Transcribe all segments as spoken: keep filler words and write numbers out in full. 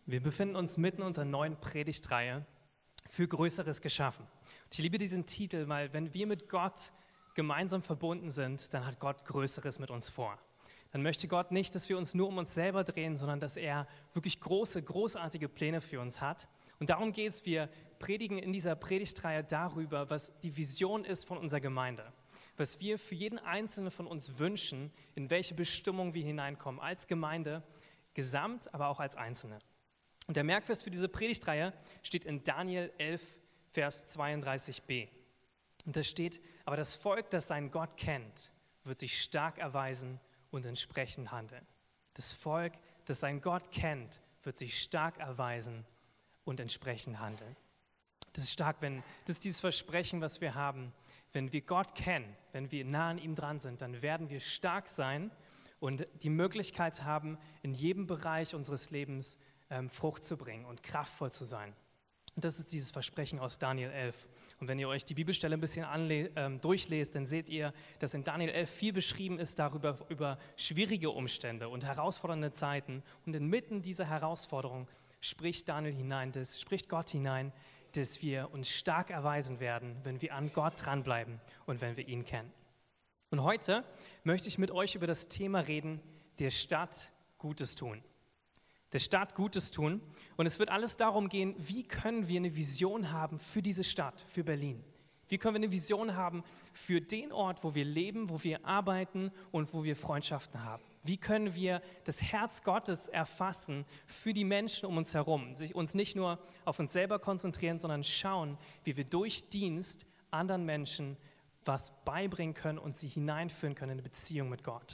Wir befinden uns mitten in unserer neuen Predigtreihe für Größeres geschaffen. Und ich liebe diesen Titel, weil wenn wir mit Gott gemeinsam verbunden sind, dann hat Gott Größeres mit uns vor. Dann möchte Gott nicht, dass wir uns nur um uns selber drehen, sondern dass er wirklich große, großartige Pläne für uns hat. Und darum geht es, wir predigen in dieser Predigtreihe darüber, was die Vision ist von unserer Gemeinde. Was wir für jeden Einzelnen von uns wünschen, in welche Bestimmung wir hineinkommen, als Gemeinde, gesamt, aber auch als Einzelne. Und der Merkvers für diese Predigtreihe steht in Daniel elf, Vers zweiunddreißig b. Und da steht, aber das Volk, das seinen Gott kennt, wird sich stark erweisen und entsprechend handeln. Das Volk, das seinen Gott kennt, wird sich stark erweisen und entsprechend handeln. Das ist stark, wenn das ist dieses Versprechen, was wir haben. Wenn wir Gott kennen, wenn wir nah an ihm dran sind, dann werden wir stark sein und die Möglichkeit haben, in jedem Bereich unseres Lebens ähm, Frucht zu bringen und kraftvoll zu sein. Und das ist dieses Versprechen aus Daniel elf. Und wenn ihr euch die Bibelstelle ein bisschen anle- ähm, durchlest, dann seht ihr, dass in Daniel elf viel beschrieben ist darüber, über schwierige Umstände und herausfordernde Zeiten. Und inmitten dieser Herausforderung spricht Daniel hinein, das spricht Gott hinein, dass wir uns stark erweisen werden, wenn wir an Gott dranbleiben und wenn wir ihn kennen. Und heute möchte ich mit euch über das Thema reden, der Stadt Gutes tun. Der Stadt Gutes tun. Und es wird alles darum gehen, wie können wir eine Vision haben für diese Stadt, für Berlin. Wie können wir eine Vision haben für den Ort, wo wir leben, wo wir arbeiten und wo wir Freundschaften haben. Wie können wir das Herz Gottes erfassen für die Menschen um uns herum, sich uns nicht nur auf uns selber konzentrieren, sondern schauen, wie wir durch Dienst anderen Menschen was beibringen können und sie hineinführen können in eine Beziehung mit Gott.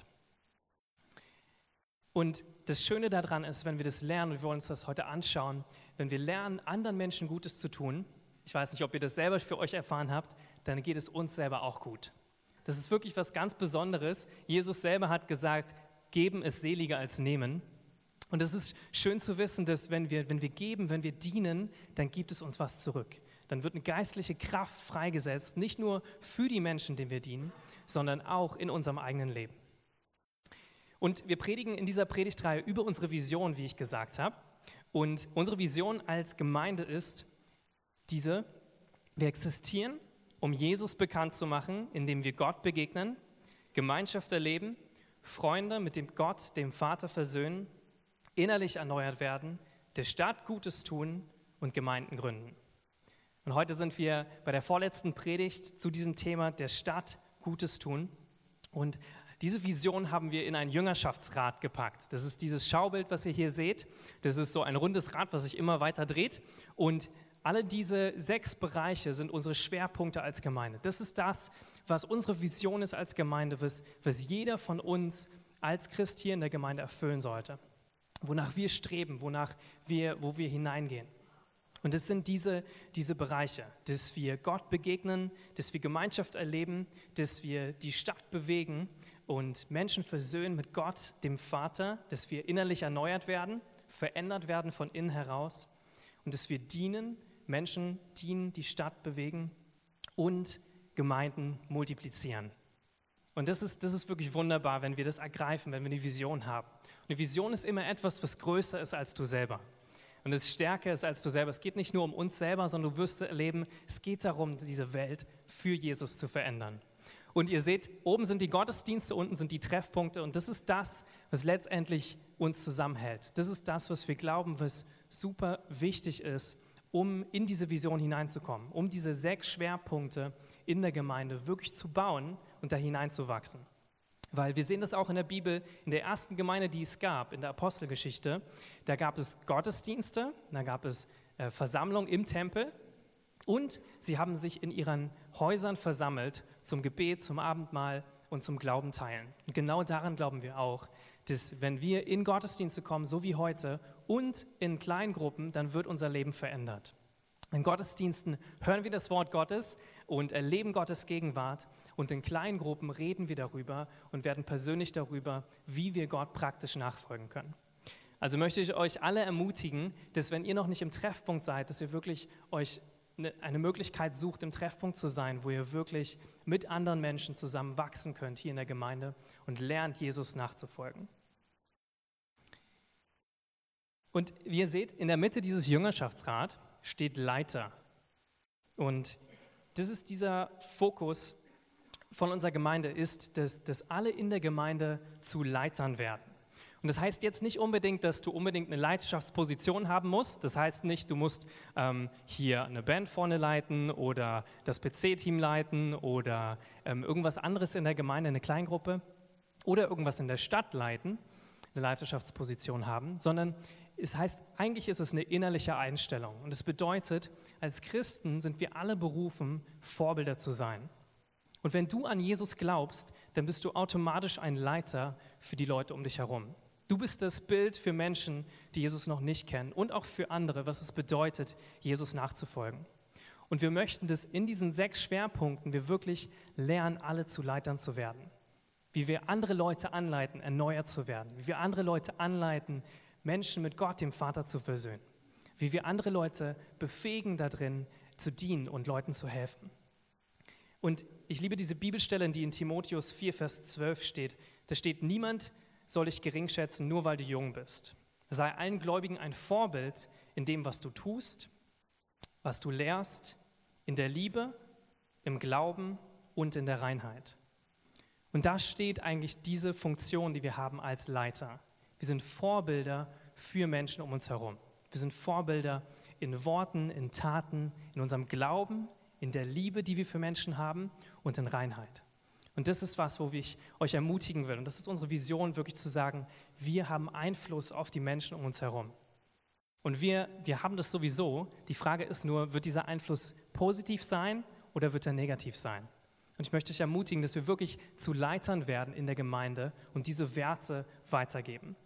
Und das Schöne daran ist, wenn wir das lernen, und wir wollen uns das heute anschauen, wenn wir lernen, anderen Menschen Gutes zu tun, ich weiß nicht, ob ihr das selber für euch erfahren habt, dann geht es uns selber auch gut. Das ist wirklich was ganz Besonderes. Jesus selber hat gesagt, geben ist seliger als nehmen. Und es ist schön zu wissen, dass wenn wir, wenn wir geben, wenn wir dienen, dann gibt es uns was zurück. Dann wird eine geistliche Kraft freigesetzt, nicht nur für die Menschen, denen wir dienen, sondern auch in unserem eigenen Leben. Und wir predigen in dieser Predigtreihe über unsere Vision, wie ich gesagt habe. Und unsere Vision als Gemeinde ist diese: Wir existieren, um Jesus bekannt zu machen, indem wir Gott begegnen, Gemeinschaft erleben, Freunde mit dem Gott, dem Vater versöhnen, innerlich erneuert werden, der Stadt Gutes tun und Gemeinden gründen. Und heute sind wir bei der vorletzten Predigt zu diesem Thema der Stadt Gutes tun. Und diese Vision haben wir in ein Jüngerschaftsrad gepackt. Das ist dieses Schaubild, was ihr hier seht. Das ist so ein rundes Rad, was sich immer weiter dreht. Und alle diese sechs Bereiche sind unsere Schwerpunkte als Gemeinde. Das ist das, was unsere Vision ist als Gemeinde, was, was jeder von uns als Christ hier in der Gemeinde erfüllen sollte. Wonach wir streben, wonach wir, wo wir hineingehen. Und es sind diese, diese Bereiche, dass wir Gott begegnen, dass wir Gemeinschaft erleben, dass wir die Stadt bewegen und Menschen versöhnen mit Gott, dem Vater, dass wir innerlich erneuert werden, verändert werden von innen heraus und dass wir dienen, Menschen dienen, die Stadt bewegen und Gemeinden multiplizieren. Und das ist, das ist wirklich wunderbar, wenn wir das ergreifen, wenn wir eine Vision haben. Und eine Vision ist immer etwas, was größer ist als du selber. Und es stärker ist als du selber. Es geht nicht nur um uns selber, sondern du wirst erleben, es geht darum, diese Welt für Jesus zu verändern. Und ihr seht, oben sind die Gottesdienste, unten sind die Treffpunkte. Und das ist das, was letztendlich uns zusammenhält. Das ist das, was wir glauben, was super wichtig ist, um in diese Vision hineinzukommen, um diese sechs Schwerpunkte in der Gemeinde wirklich zu bauen und da hineinzuwachsen. Weil wir sehen das auch in der Bibel, in der ersten Gemeinde, die es gab, in der Apostelgeschichte, da gab es Gottesdienste, da gab es äh, Versammlung im Tempel und sie haben sich in ihren Häusern versammelt zum Gebet, zum Abendmahl und zum Glauben teilen. Und genau daran glauben wir auch, dass wenn wir in Gottesdienste kommen, so wie heute, und in Kleingruppen, dann wird unser Leben verändert. In Gottesdiensten hören wir das Wort Gottes und erleben Gottes Gegenwart. Und in kleinen Gruppen reden wir darüber und werden persönlich darüber, wie wir Gott praktisch nachfolgen können. Also möchte ich euch alle ermutigen, dass wenn ihr noch nicht im Treffpunkt seid, dass ihr wirklich euch eine Möglichkeit sucht, im Treffpunkt zu sein, wo ihr wirklich mit anderen Menschen zusammen wachsen könnt hier in der Gemeinde und lernt, Jesus nachzufolgen. Und wie ihr seht, in der Mitte dieses Jüngerschaftsrats steht Leiter. Und das ist dieser Fokus von unserer Gemeinde, ist, dass, dass alle in der Gemeinde zu Leitern werden. Und das heißt jetzt nicht unbedingt, dass du unbedingt eine Leidenschaftsposition haben musst. Das heißt nicht, du musst ähm, hier eine Band vorne leiten oder das P C-Team leiten oder ähm, irgendwas anderes in der Gemeinde, eine Kleingruppe oder irgendwas in der Stadt leiten, eine Leidenschaftsposition haben, sondern es heißt, eigentlich ist es eine innerliche Einstellung. Und es bedeutet, als Christen sind wir alle berufen, Vorbilder zu sein. Und wenn du an Jesus glaubst, dann bist du automatisch ein Leiter für die Leute um dich herum. Du bist das Bild für Menschen, die Jesus noch nicht kennen und auch für andere, was es bedeutet, Jesus nachzufolgen. Und wir möchten, dass in diesen sechs Schwerpunkten wir wirklich lernen, alle zu Leitern zu werden. Wie wir andere Leute anleiten, erneuert zu werden. Wie wir andere Leute anleiten, Menschen mit Gott, dem Vater, zu versöhnen. Wie wir andere Leute befähigen, darin zu dienen und Leuten zu helfen. Und ich liebe diese Bibelstelle, die in Timotheus vier, Vers zwölf steht. Da steht, niemand soll dich gering schätzen, nur weil du jung bist. Sei allen Gläubigen ein Vorbild in dem, was du tust, was du lehrst, in der Liebe, im Glauben und in der Reinheit. Und da steht eigentlich diese Funktion, die wir haben als Leiter. Wir sind Vorbilder für Menschen um uns herum. Wir sind Vorbilder in Worten, in Taten, in unserem Glauben, in der Liebe, die wir für Menschen haben und in Reinheit. Und das ist was, wo ich euch ermutigen will. Und das ist unsere Vision, wirklich zu sagen, wir haben Einfluss auf die Menschen um uns herum. Und wir, wir haben das sowieso. Die Frage ist nur, wird dieser Einfluss positiv sein oder wird er negativ sein? Und ich möchte euch ermutigen, dass wir wirklich zu Leitern werden in der Gemeinde und diese Werte weitergeben.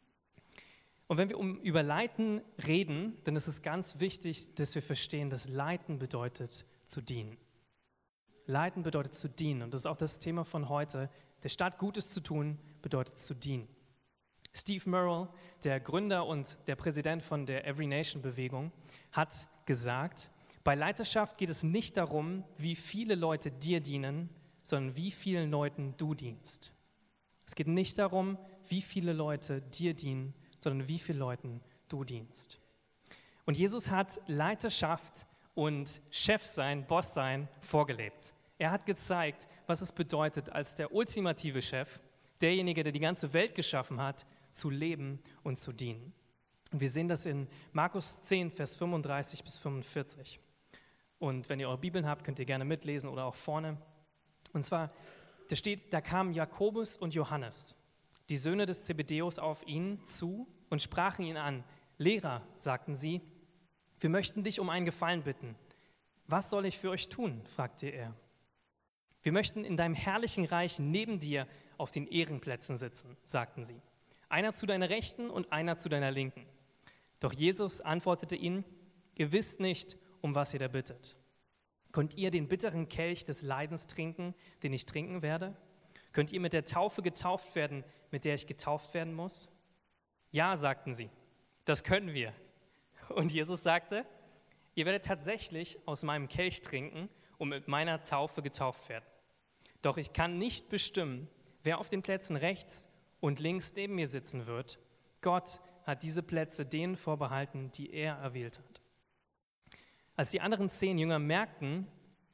Und wenn wir um über Leiten reden, dann ist es ganz wichtig, dass wir verstehen, dass Leiten bedeutet zu dienen. Leiten bedeutet zu dienen und das ist auch das Thema von heute. Der Stadt Gutes zu tun bedeutet zu dienen. Steve Murrell, der Gründer und der Präsident von der Every Nation Bewegung, hat gesagt, bei Leiterschaft geht es nicht darum, wie viele Leute dir dienen, sondern wie vielen Leuten du dienst. Es geht nicht darum, wie viele Leute dir dienen, sondern wie vielen Leuten du dienst. Und Jesus hat Leiterschaft und Chef sein, Boss sein vorgelebt. Er hat gezeigt, was es bedeutet, als der ultimative Chef, derjenige, der die ganze Welt geschaffen hat, zu leben und zu dienen. Und wir sehen das in Markus zehn, Vers fünfunddreißig bis fünfundvierzig. Und wenn ihr eure Bibeln habt, könnt ihr gerne mitlesen oder auch vorne. Und zwar, da steht, da kamen Jakobus und Johannes, die Söhne des Zebedäus, auf ihn zu und sprachen ihn an. Lehrer, sagten sie, wir möchten dich um einen Gefallen bitten. Was soll ich für euch tun? Fragte er. Wir möchten in deinem herrlichen Reich neben dir auf den Ehrenplätzen sitzen, sagten sie. Einer zu deiner Rechten und einer zu deiner Linken. Doch Jesus antwortete ihnen, ihr wisst nicht, um was ihr da bittet. Könnt ihr den bitteren Kelch des Leidens trinken, den ich trinken werde? Könnt ihr mit der Taufe getauft werden, mit der ich getauft werden muss? Ja, sagten sie, das können wir. Und Jesus sagte, ihr werdet tatsächlich aus meinem Kelch trinken und mit meiner Taufe getauft werden. Doch ich kann nicht bestimmen, wer auf den Plätzen rechts und links neben mir sitzen wird. Gott hat diese Plätze denen vorbehalten, die er erwählt hat. Als die anderen zehn Jünger merkten,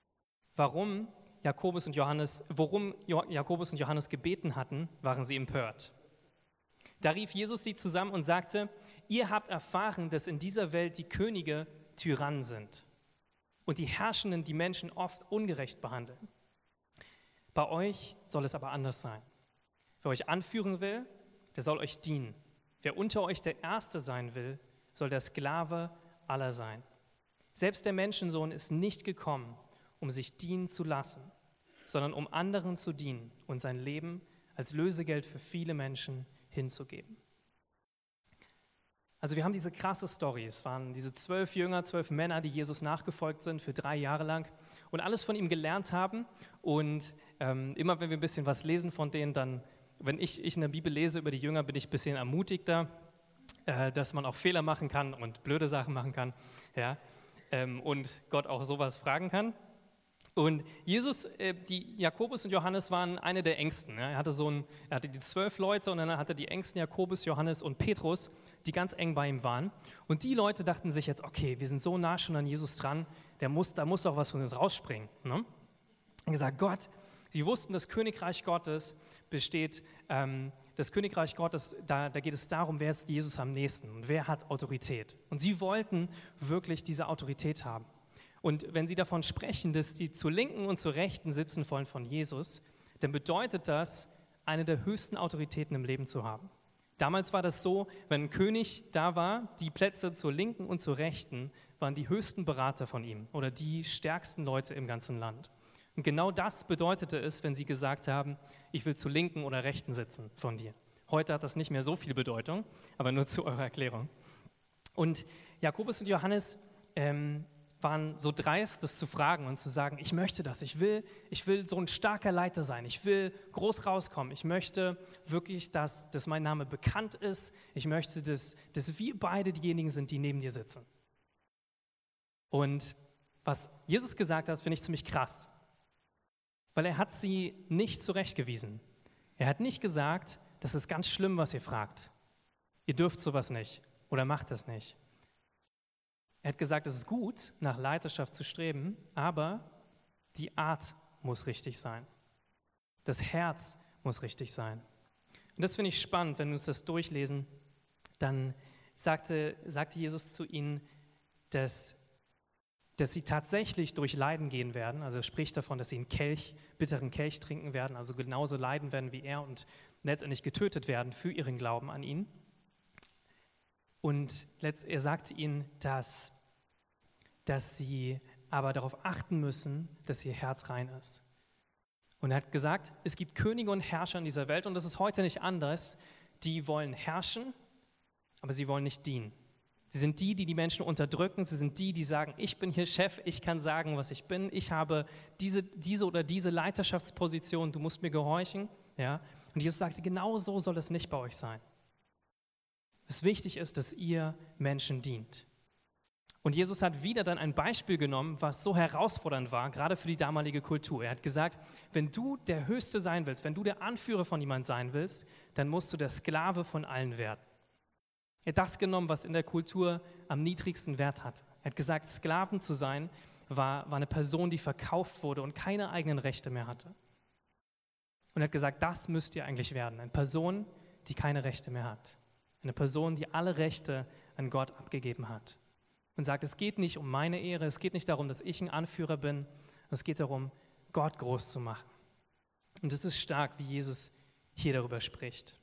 warum Jakobus und Johannes, worum Jakobus und Johannes gebeten hatten, waren sie empört. Da rief Jesus sie zusammen und sagte, ihr habt erfahren, dass in dieser Welt die Könige Tyrannen sind und die Herrschenden die Menschen oft ungerecht behandeln. Bei euch soll es aber anders sein. Wer euch anführen will, der soll euch dienen. Wer unter euch der Erste sein will, soll der Sklave aller sein. Selbst der Menschensohn ist nicht gekommen, um sich dienen zu lassen, sondern um anderen zu dienen und sein Leben als Lösegeld für viele Menschen hinzugeben. Also wir haben diese krasse Story. Es waren diese zwölf Jünger, zwölf Männer, die Jesus nachgefolgt sind für drei Jahre lang und alles von ihm gelernt haben. Und ähm, immer wenn wir ein bisschen was lesen von denen, dann, wenn ich, ich in der Bibel lese über die Jünger, bin ich ein bisschen ermutigter, äh, dass man auch Fehler machen kann und blöde Sachen machen kann, ja, ähm, und Gott auch sowas fragen kann. Und Jesus, äh, die Jakobus und Johannes waren eine der Engsten. Ja. Er hatte so ein, er hatte die zwölf Leute und dann hatte die Engsten Jakobus, Johannes und Petrus, die ganz eng bei ihm waren. Und die Leute dachten sich jetzt, okay, wir sind so nah schon an Jesus dran, der muss, da muss doch was von uns rausspringen. Ne? Und gesagt, Gott, sie wussten, das Königreich Gottes besteht, ähm, das Königreich Gottes, da, da geht es darum, wer ist Jesus am nächsten und wer hat Autorität. Und sie wollten wirklich diese Autorität haben. Und wenn sie davon sprechen, dass sie zur Linken und zur Rechten sitzen wollen von Jesus, dann bedeutet das, eine der höchsten Autoritäten im Leben zu haben. Damals war das so, wenn ein König da war, die Plätze zur Linken und zur Rechten waren die höchsten Berater von ihm oder die stärksten Leute im ganzen Land. Und genau das bedeutete es, wenn sie gesagt haben, ich will zur Linken oder Rechten sitzen von dir. Heute hat das nicht mehr so viel Bedeutung, aber nur zu eurer Erklärung. Und Jakobus und Johannes ähm, waren so dreist, das zu fragen und zu sagen, ich möchte das, ich will, ich will so ein starker Leiter sein, ich will groß rauskommen, ich möchte wirklich, dass, dass mein Name bekannt ist, ich möchte, dass, dass wir beide diejenigen sind, die neben dir sitzen. Und was Jesus gesagt hat, finde ich ziemlich krass, weil er hat sie nicht zurechtgewiesen. Er hat nicht gesagt, das ist ganz schlimm, was ihr fragt. Ihr dürft sowas nicht oder macht das nicht. Er hat gesagt, es ist gut, nach Leiterschaft zu streben, aber die Art muss richtig sein. Das Herz muss richtig sein. Und das finde ich spannend, wenn wir uns das durchlesen. Dann sagte, sagte Jesus zu ihnen, dass, dass sie tatsächlich durch Leiden gehen werden. Also er spricht davon, dass sie einen Kelch, bitteren Kelch trinken werden, also genauso leiden werden wie er und letztendlich getötet werden für ihren Glauben an ihn. Und er sagte ihnen, dass, dass sie aber darauf achten müssen, dass ihr Herz rein ist. Und er hat gesagt, es gibt Könige und Herrscher in dieser Welt und das ist heute nicht anders. Die wollen herrschen, aber sie wollen nicht dienen. Sie sind die, die die Menschen unterdrücken. Sie sind die, die sagen, ich bin hier Chef, ich kann sagen, was ich bin. Ich habe diese, diese oder diese Leiterschaftsposition, du musst mir gehorchen. Ja? Und Jesus sagte, genau so soll es nicht bei euch sein. Es wichtig ist, dass ihr Menschen dient. Und Jesus hat wieder dann ein Beispiel genommen, was so herausfordernd war, gerade für die damalige Kultur. Er hat gesagt, wenn du der Höchste sein willst, wenn du der Anführer von jemand sein willst, dann musst du der Sklave von allen werden. Er hat das genommen, was in der Kultur am niedrigsten Wert hat. Er hat gesagt, Sklaven zu sein, war, war eine Person, die verkauft wurde und keine eigenen Rechte mehr hatte. Und er hat gesagt, das müsst ihr eigentlich werden. Eine Person, die keine Rechte mehr hat. Eine Person, die alle Rechte an Gott abgegeben hat. Und sagt, es geht nicht um meine Ehre, es geht nicht darum, dass ich ein Anführer bin, es geht darum, Gott groß zu machen. Und es ist stark, wie Jesus hier darüber spricht.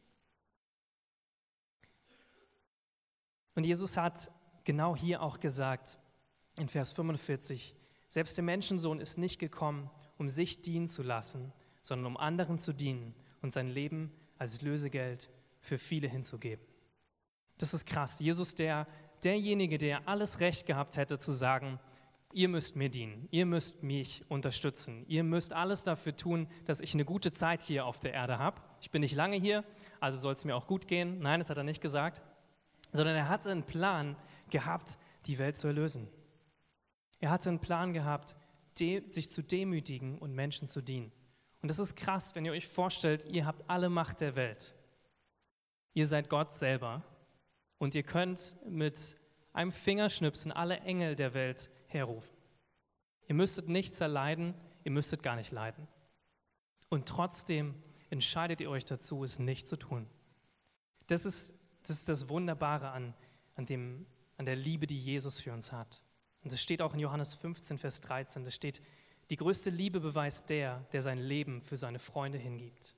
Und Jesus hat genau hier auch gesagt, in Vers fünfundvierzig, selbst der Menschensohn ist nicht gekommen, um sich dienen zu lassen, sondern um anderen zu dienen und sein Leben als Lösegeld für viele hinzugeben. Das ist krass. Jesus, der, derjenige, der alles Recht gehabt hätte zu sagen, ihr müsst mir dienen, ihr müsst mich unterstützen, ihr müsst alles dafür tun, dass ich eine gute Zeit hier auf der Erde habe. Ich bin nicht lange hier, also soll es mir auch gut gehen. Nein, das hat er nicht gesagt, sondern er hatte einen Plan gehabt, die Welt zu erlösen. Er hatte einen Plan gehabt, de- sich zu demütigen und Menschen zu dienen. Und das ist krass, wenn ihr euch vorstellt, ihr habt alle Macht der Welt. Ihr seid Gott selber. Und ihr könnt mit einem Fingerschnipsen alle Engel der Welt herrufen. Ihr müsstet nichts erleiden, ihr müsstet gar nicht leiden. Und trotzdem entscheidet ihr euch dazu, es nicht zu tun. Das ist das, ist das Wunderbare an, an, dem, an der Liebe, die Jesus für uns hat. Und das steht auch in Johannes fünfzehn, Vers dreizehn. Da steht, die größte Liebe beweist der, der sein Leben für seine Freunde hingibt.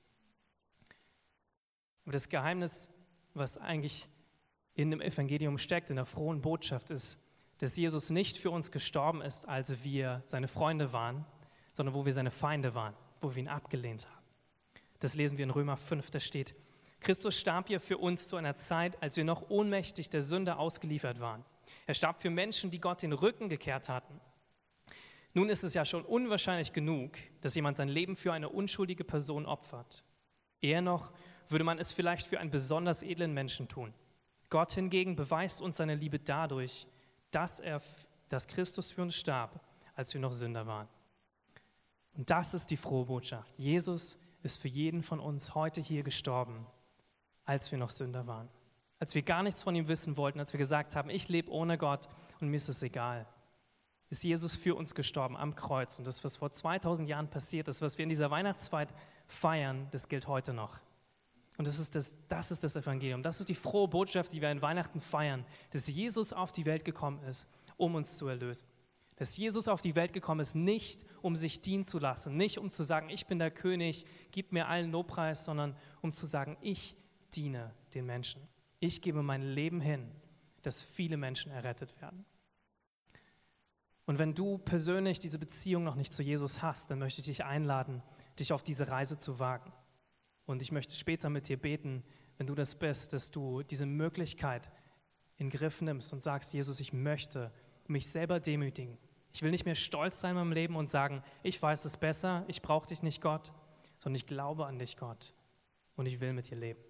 Aber das Geheimnis, was eigentlich in dem Evangelium steckt, in der frohen Botschaft ist, dass Jesus nicht für uns gestorben ist, als wir seine Freunde waren, sondern wo wir seine Feinde waren, wo wir ihn abgelehnt haben. Das lesen wir in Römer fünf, da steht, Christus starb ja für uns zu einer Zeit, als wir noch ohnmächtig der Sünde ausgeliefert waren. Er starb für Menschen, die Gott den Rücken gekehrt hatten. Nun ist es ja schon unwahrscheinlich genug, dass jemand sein Leben für eine unschuldige Person opfert. Eher noch würde man es vielleicht für einen besonders edlen Menschen tun. Gott hingegen beweist uns seine Liebe dadurch, dass, er, dass Christus für uns starb, als wir noch Sünder waren. Und das ist die frohe Botschaft. Jesus ist für jeden von uns heute hier gestorben, als wir noch Sünder waren. Als wir gar nichts von ihm wissen wollten, als wir gesagt haben, ich lebe ohne Gott und mir ist es egal, ist Jesus für uns gestorben am Kreuz. Und das, was vor zweitausend Jahren passiert ist, was wir in dieser Weihnachtszeit feiern, das gilt heute noch. Und das ist das, das ist das Evangelium. Das ist die frohe Botschaft, die wir in Weihnachten feiern, dass Jesus auf die Welt gekommen ist, um uns zu erlösen. Dass Jesus auf die Welt gekommen ist, nicht um sich dienen zu lassen, nicht um zu sagen, ich bin der König, gib mir allen Lobpreis, sondern um zu sagen, ich diene den Menschen. Ich gebe mein Leben hin, dass viele Menschen errettet werden. Und wenn du persönlich diese Beziehung noch nicht zu Jesus hast, dann möchte ich dich einladen, dich auf diese Reise zu wagen. Und ich möchte später mit dir beten, wenn du das bist, dass du diese Möglichkeit in den Griff nimmst und sagst, Jesus, ich möchte mich selber demütigen. Ich will nicht mehr stolz sein in meinem Leben und sagen, ich weiß es besser, ich brauche dich nicht, Gott, sondern ich glaube an dich, Gott, und ich will mit dir leben.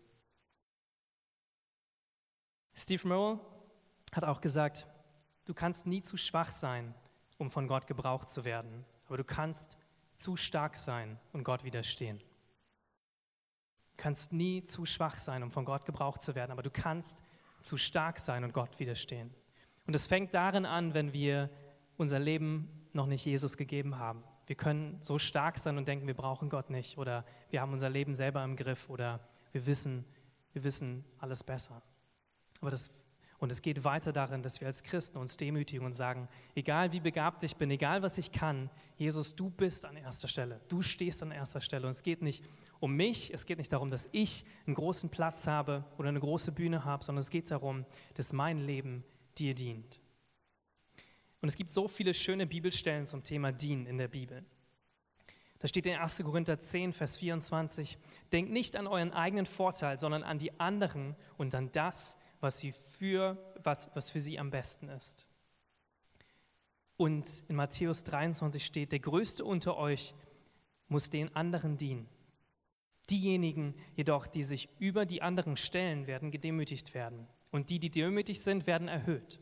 Steve Murrell hat auch gesagt, du kannst nie zu schwach sein, um von Gott gebraucht zu werden, aber du kannst zu stark sein und Gott widerstehen. Du kannst nie zu schwach sein, um von Gott gebraucht zu werden, aber du kannst zu stark sein und Gott widerstehen. Und es fängt darin an, wenn wir unser Leben noch nicht Jesus gegeben haben. Wir können so stark sein und denken, wir brauchen Gott nicht oder wir haben unser Leben selber im Griff oder wir wissen, wir wissen alles besser. Aber das, und es geht weiter darin, dass wir als Christen uns demütigen und sagen, egal wie begabt ich bin, egal was ich kann, Jesus, du bist an erster Stelle, du stehst an erster Stelle. Und es geht nicht um mich, es geht nicht darum, dass ich einen großen Platz habe oder eine große Bühne habe, sondern es geht darum, dass mein Leben dir dient. Und es gibt so viele schöne Bibelstellen zum Thema Dienen in der Bibel. Da steht in erster Korinther zehn, Vers vierundzwanzig, denkt nicht an euren eigenen Vorteil, sondern an die anderen und an das, was, sie für, was, was für sie am besten ist. Und in Matthäus dreiundzwanzig steht, der Größte unter euch muss den anderen dienen. Diejenigen jedoch, die sich über die anderen stellen, werden gedemütigt werden. Und die, die demütig sind, werden erhöht.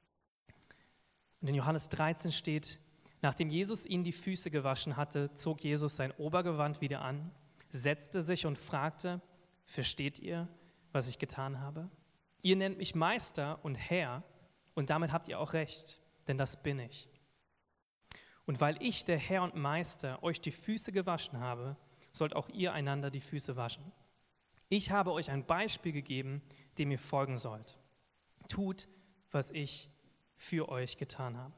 Und in Johannes dreizehn steht, nachdem Jesus ihnen die Füße gewaschen hatte, zog Jesus sein Obergewand wieder an, setzte sich und fragte, versteht ihr, was ich getan habe? Ihr nennt mich Meister und Herr und damit habt ihr auch recht, denn das bin ich. Und weil ich, der Herr und Meister, euch die Füße gewaschen habe, sollt auch ihr einander die Füße waschen. Ich habe euch ein Beispiel gegeben, dem ihr folgen sollt. Tut, was ich für euch getan habe.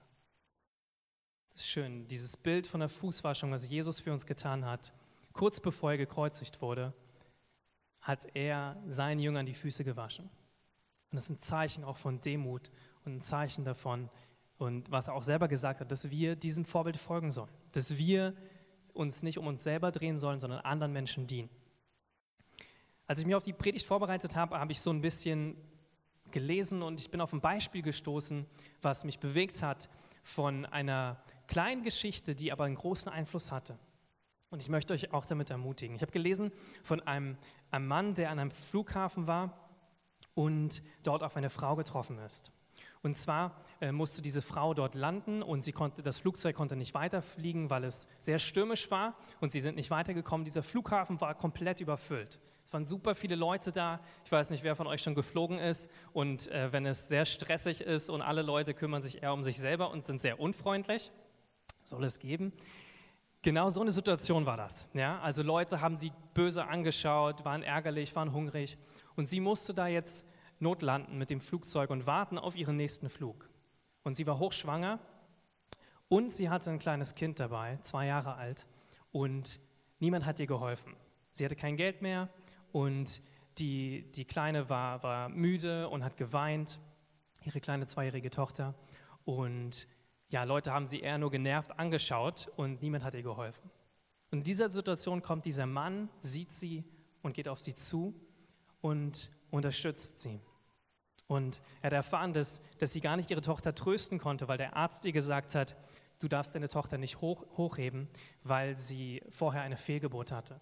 Das ist schön, dieses Bild von der Fußwaschung, was Jesus für uns getan hat. Kurz bevor er gekreuzigt wurde, hat er seinen Jüngern die Füße gewaschen. Und das ist ein Zeichen auch von Demut und ein Zeichen davon, und was er auch selber gesagt hat, dass wir diesem Vorbild folgen sollen. Dass wir uns nicht um uns selber drehen sollen, sondern anderen Menschen dienen. Als ich mich auf die Predigt vorbereitet habe, habe ich so ein bisschen gelesen und ich bin auf ein Beispiel gestoßen, was mich bewegt hat von einer kleinen Geschichte, die aber einen großen Einfluss hatte. Und ich möchte euch auch damit ermutigen. Ich habe gelesen von einem, einem Mann, der an einem Flughafen war und dort auf eine Frau getroffen ist. Und zwar äh, musste diese Frau dort landen und sie konnte, das Flugzeug konnte nicht weiterfliegen, weil es sehr stürmisch war und sie sind nicht weitergekommen. Dieser Flughafen war komplett überfüllt. Es waren super viele Leute da. Ich weiß nicht, wer von euch schon geflogen ist. Und äh, wenn es sehr stressig ist und alle Leute kümmern sich eher um sich selber und sind sehr unfreundlich, soll es geben. Genau so eine Situation war das. Ja? Also Leute haben sie böse angeschaut, waren ärgerlich, waren hungrig. Und sie musste da jetzt notlanden mit dem Flugzeug und warten auf ihren nächsten Flug. Und sie war hochschwanger und sie hatte ein kleines Kind dabei, zwei Jahre alt. Und niemand hat ihr geholfen. Sie hatte kein Geld mehr. Und die, die Kleine war, war müde und hat geweint, ihre kleine zweijährige Tochter. Und ja, Leute haben sie eher nur genervt angeschaut und niemand hat ihr geholfen. Und in dieser Situation kommt dieser Mann, sieht sie und geht auf sie zu und unterstützt sie. Und er hat erfahren, dass, dass sie gar nicht ihre Tochter trösten konnte, weil der Arzt ihr gesagt hat, du darfst deine Tochter nicht hoch, hochheben, weil sie vorher eine Fehlgeburt hatte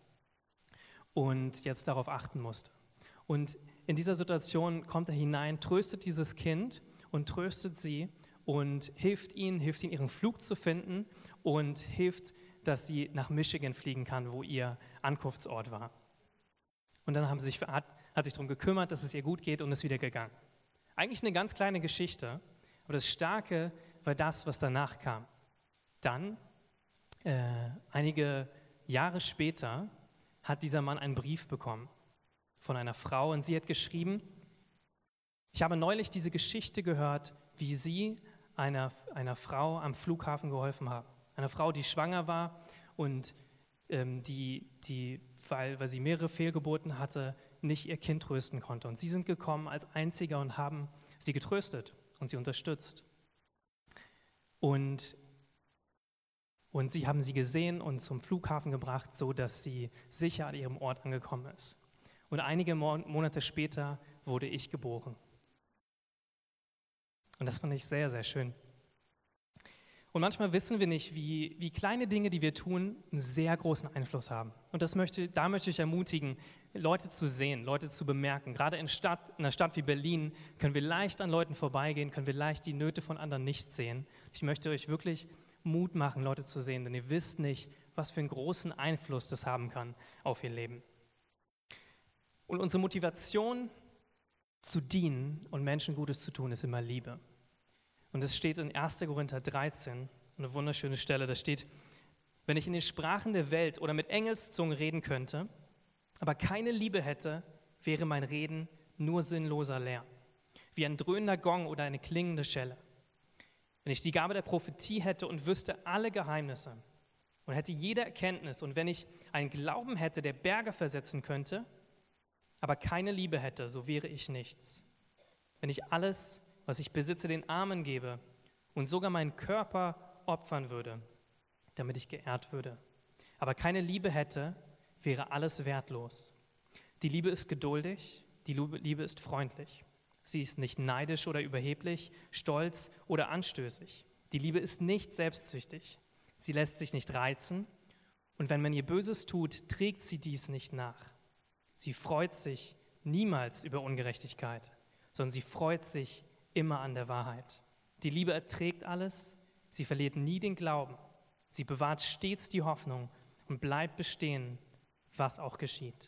und jetzt darauf achten musste. Und in dieser Situation kommt er hinein, tröstet dieses Kind und tröstet sie und hilft ihnen, hilft ihnen, ihren Flug zu finden und hilft dass sie nach Michigan fliegen kann, wo ihr Ankunftsort war. Und dann haben sie sich, hat, hat sich darum gekümmert, dass es ihr gut geht und ist wieder gegangen. Eigentlich eine ganz kleine Geschichte, aber das Starke war das, was danach kam. Dann, äh, einige Jahre später, hat dieser Mann einen Brief bekommen von einer Frau und sie hat geschrieben: Ich habe neulich diese Geschichte gehört, wie Sie einer, einer Frau am Flughafen geholfen haben. Einer Frau, die schwanger war und ähm, die, die weil, weil sie mehrere Fehlgeburten hatte, nicht ihr Kind trösten konnte. Und Sie sind gekommen als Einziger und haben sie getröstet und sie unterstützt. Und Und sie haben sie gesehen und zum Flughafen gebracht, so dass sie sicher an ihrem Ort angekommen ist. Und einige Monate später wurde ich geboren. Und das fand ich sehr, sehr schön. Und manchmal wissen wir nicht, wie, wie kleine Dinge, die wir tun, einen sehr großen Einfluss haben. Und das möchte, da möchte ich ermutigen, Leute zu sehen, Leute zu bemerken. Gerade in, Stadt, in einer Stadt wie Berlin können wir leicht an Leuten vorbeigehen, können wir leicht die Nöte von anderen nicht sehen. Ich möchte euch wirklich Mut machen, Leute zu sehen, denn ihr wisst nicht, was für einen großen Einfluss das haben kann auf ihr Leben. Und unsere Motivation zu dienen und Menschen Gutes zu tun, ist immer Liebe. Und es steht in erster Korinther dreizehn, eine wunderschöne Stelle, da steht: Wenn ich in den Sprachen der Welt oder mit Engelszungen reden könnte, aber keine Liebe hätte, wäre mein Reden nur sinnloser Lärm, wie ein dröhnender Gong oder eine klingende Schelle. Wenn ich die Gabe der Prophetie hätte und wüsste alle Geheimnisse und hätte jede Erkenntnis und wenn ich einen Glauben hätte, der Berge versetzen könnte, aber keine Liebe hätte, so wäre ich nichts. Wenn ich alles, was ich besitze, den Armen gebe und sogar meinen Körper opfern würde, damit ich geehrt würde, aber keine Liebe hätte, wäre alles wertlos. Die Liebe ist geduldig, die Liebe ist freundlich. Sie ist nicht neidisch oder überheblich, stolz oder anstößig. Die Liebe ist nicht selbstsüchtig. Sie lässt sich nicht reizen. Und wenn man ihr Böses tut, trägt sie dies nicht nach. Sie freut sich niemals über Ungerechtigkeit, sondern sie freut sich immer an der Wahrheit. Die Liebe erträgt alles. Sie verliert nie den Glauben. Sie bewahrt stets die Hoffnung und bleibt bestehen, was auch geschieht.